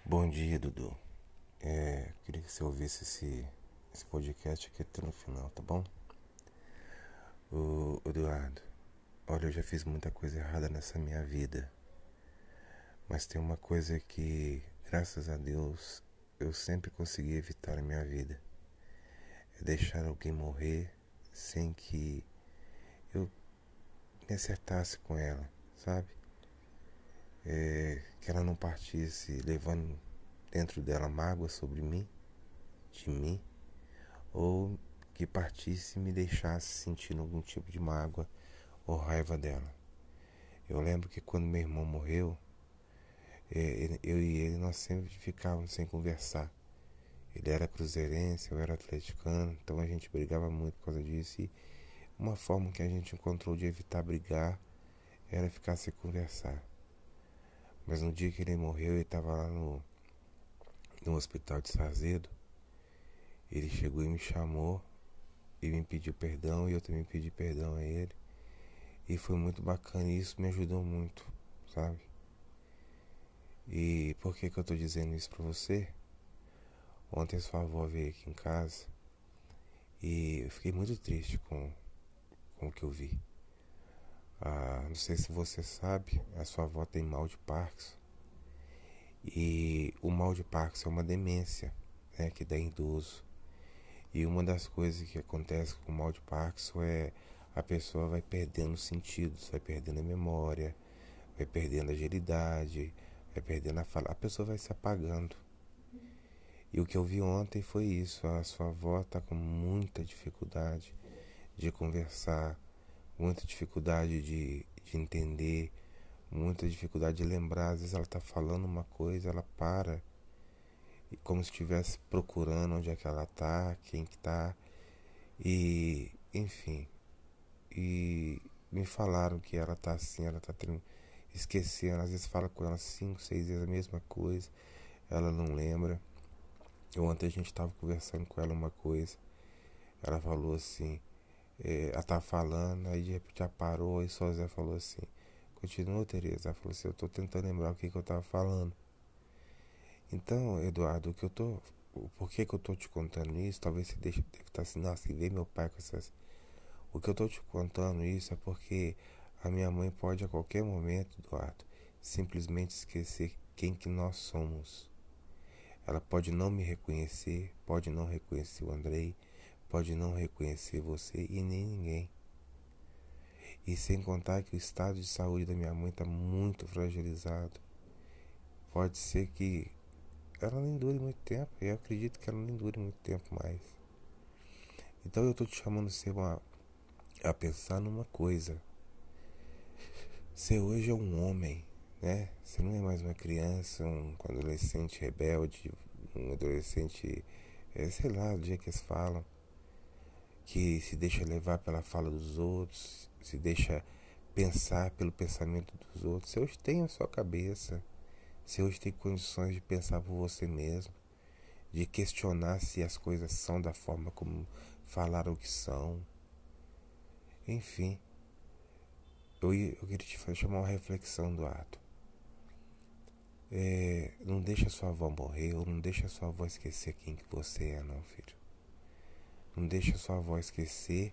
Bom dia, Dudu. Queria que você ouvisse esse podcast aqui até no final, tá bom? Eduardo, olha, eu já fiz muita coisa errada nessa minha vida, mas tem uma coisa que, graças a Deus, eu sempre consegui evitar na minha vida. É deixar alguém morrer sem que eu me acertasse com ela, sabe? Que ela não partisse levando dentro dela mágoa sobre mim, de mim, ou que partisse e me deixasse sentindo algum tipo de mágoa ou raiva dela. Eu lembro que quando meu irmão morreu, eu e ele nós sempre ficávamos sem conversar. Ele era cruzeirense, eu era atleticano, então a gente brigava muito por causa disso. E uma forma que a gente encontrou de evitar brigar era ficar sem conversar. Mas no dia que ele morreu, ele estava lá no hospital de Sarzedo. Ele chegou e me chamou e me pediu perdão, e eu também pedi perdão a ele. E foi muito bacana, e isso me ajudou muito, sabe? E por que eu tô dizendo isso pra você? Ontem sua avó veio aqui em casa e eu fiquei muito triste com o que eu vi. Não sei se você sabe, a sua avó tem mal de Parkinson. E o mal de Parkinson é uma demência, né, que dá em idoso. E uma das coisas que acontece com o mal de Parkinson é a pessoa vai perdendo os sentidos, vai perdendo a memória, vai perdendo a agilidade, vai perdendo a fala. A pessoa vai se apagando. E o que eu vi ontem foi isso. A sua avó está com muita dificuldade de conversar, muita dificuldade de entender, muita dificuldade de lembrar. Às vezes ela está falando uma coisa, ela para, como se estivesse procurando onde é que ela está, quem que está. E, enfim, e me falaram que ela está assim, ela está esquecendo. Às vezes fala com ela 5, 6 vezes a mesma coisa, ela não lembra. Ontem a gente estava conversando com ela uma coisa. Ela falou assim, ela tava falando, aí de repente ela parou e só Zé falou assim, continua, Tereza. Ela falou assim, eu tô tentando lembrar o que eu tava falando. Então, Eduardo, por que eu tô te contando isso? Talvez você deve estar assim, nossa, e vê meu pai com essas... O que eu tô te contando isso é porque a minha mãe pode a qualquer momento, Eduardo, simplesmente esquecer quem que nós somos. Ela pode não me reconhecer, pode não reconhecer o Andrei, pode não reconhecer você e nem ninguém. E sem contar que o estado de saúde da minha mãe está muito fragilizado. Pode ser que ela nem dure muito tempo. Eu acredito que ela nem dure muito tempo mais. Então eu estou te chamando você a pensar numa coisa. Você hoje é um homem, né? Você não é mais uma criança, um adolescente rebelde, um adolescente, sei lá, do dia que eles falam, que se deixa levar pela fala dos outros, se deixa pensar pelo pensamento dos outros. Você hoje tem a sua cabeça, você hoje tem condições de pensar por você mesmo, de questionar se as coisas são da forma como falaram que são. Enfim, eu queria te chamar uma reflexão do ato. Não deixa sua avó morrer, ou não deixa sua avó esquecer quem que você é, não, filho. Não deixa sua avó esquecer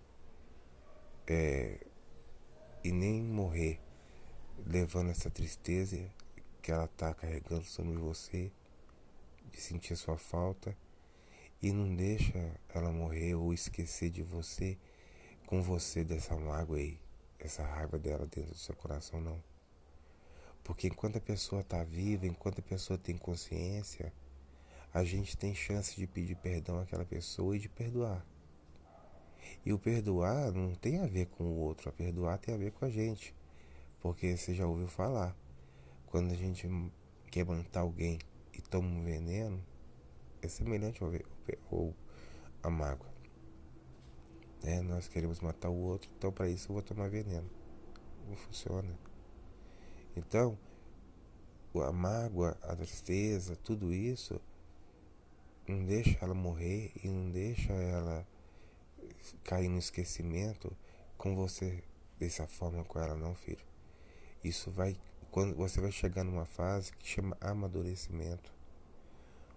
e nem morrer levando essa tristeza que ela tá carregando sobre você, de sentir sua falta. E não deixa ela morrer ou esquecer de você com você dessa mágoa aí, essa raiva dela dentro do seu coração, não. Porque enquanto a pessoa tá viva, enquanto a pessoa tem consciência, a gente tem chance de pedir perdão àquela pessoa e de perdoar. E o perdoar não tem a ver com o outro, a perdoar tem a ver com a gente. Porque você já ouviu falar, quando a gente quer matar alguém e toma um veneno, é semelhante ao a mágoa. Nós queremos matar o outro, então para isso eu vou tomar veneno. Não funciona. Então, a mágoa, a tristeza, tudo isso não deixa ela morrer e não deixa ela cair no esquecimento com você dessa forma com ela, não, filho. Isso vai, quando você vai chegar numa fase que chama amadurecimento.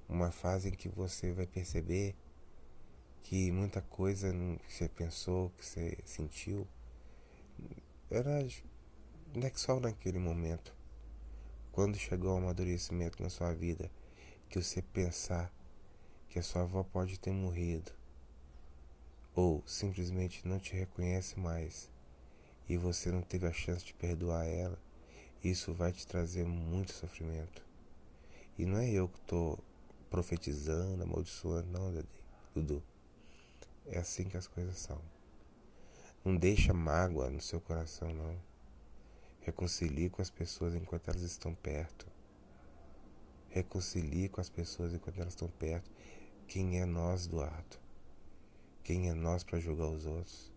uma fase em que você vai perceber que muita coisa que você pensou, que você sentiu, era só naquele momento. Quando chegou o amadurecimento na sua vida, que você pensar que a sua avó pode ter morrido, ou simplesmente não te reconhece mais, e você não teve a chance de perdoar ela, isso vai te trazer muito sofrimento. E não é eu que estou profetizando, amaldiçoando, não, Dudu. É assim que as coisas são. Não deixa mágoa no seu coração, não. Reconcilie com as pessoas enquanto elas estão perto. Reconcilie com as pessoas enquanto elas estão perto. Quem é nós do ato? Quem é nós para julgar os outros?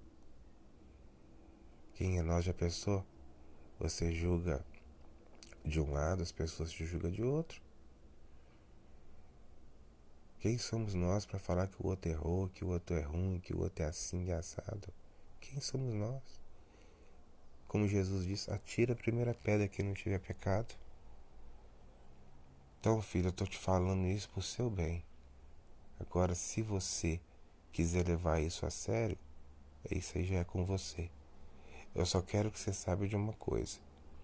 Quem é nós? Já pensou? Você julga de um lado, as pessoas te julgam de outro. Quem somos nós para falar que o outro errou, que o outro é ruim, que o outro é assim e assado? Quem somos nós? Como Jesus disse, atira a primeira pedra quem não tiver pecado. Então, filho, eu estou te falando isso pro seu bem. Agora, se você quiser levar isso a sério, isso aí já é com você. Eu só quero que você saiba de uma coisa.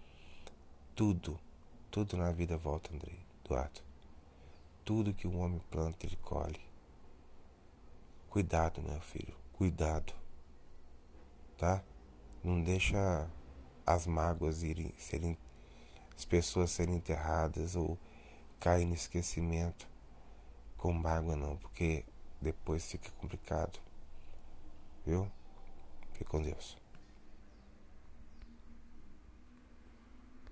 Tudo na vida volta, Andrei, Eduardo. Tudo que um homem planta, ele colhe. Cuidado, meu filho, cuidado, tá? Não deixa as mágoas as pessoas serem enterradas ou cair no esquecimento com mágoa, não, porque depois fica complicado, viu? Fique com Deus.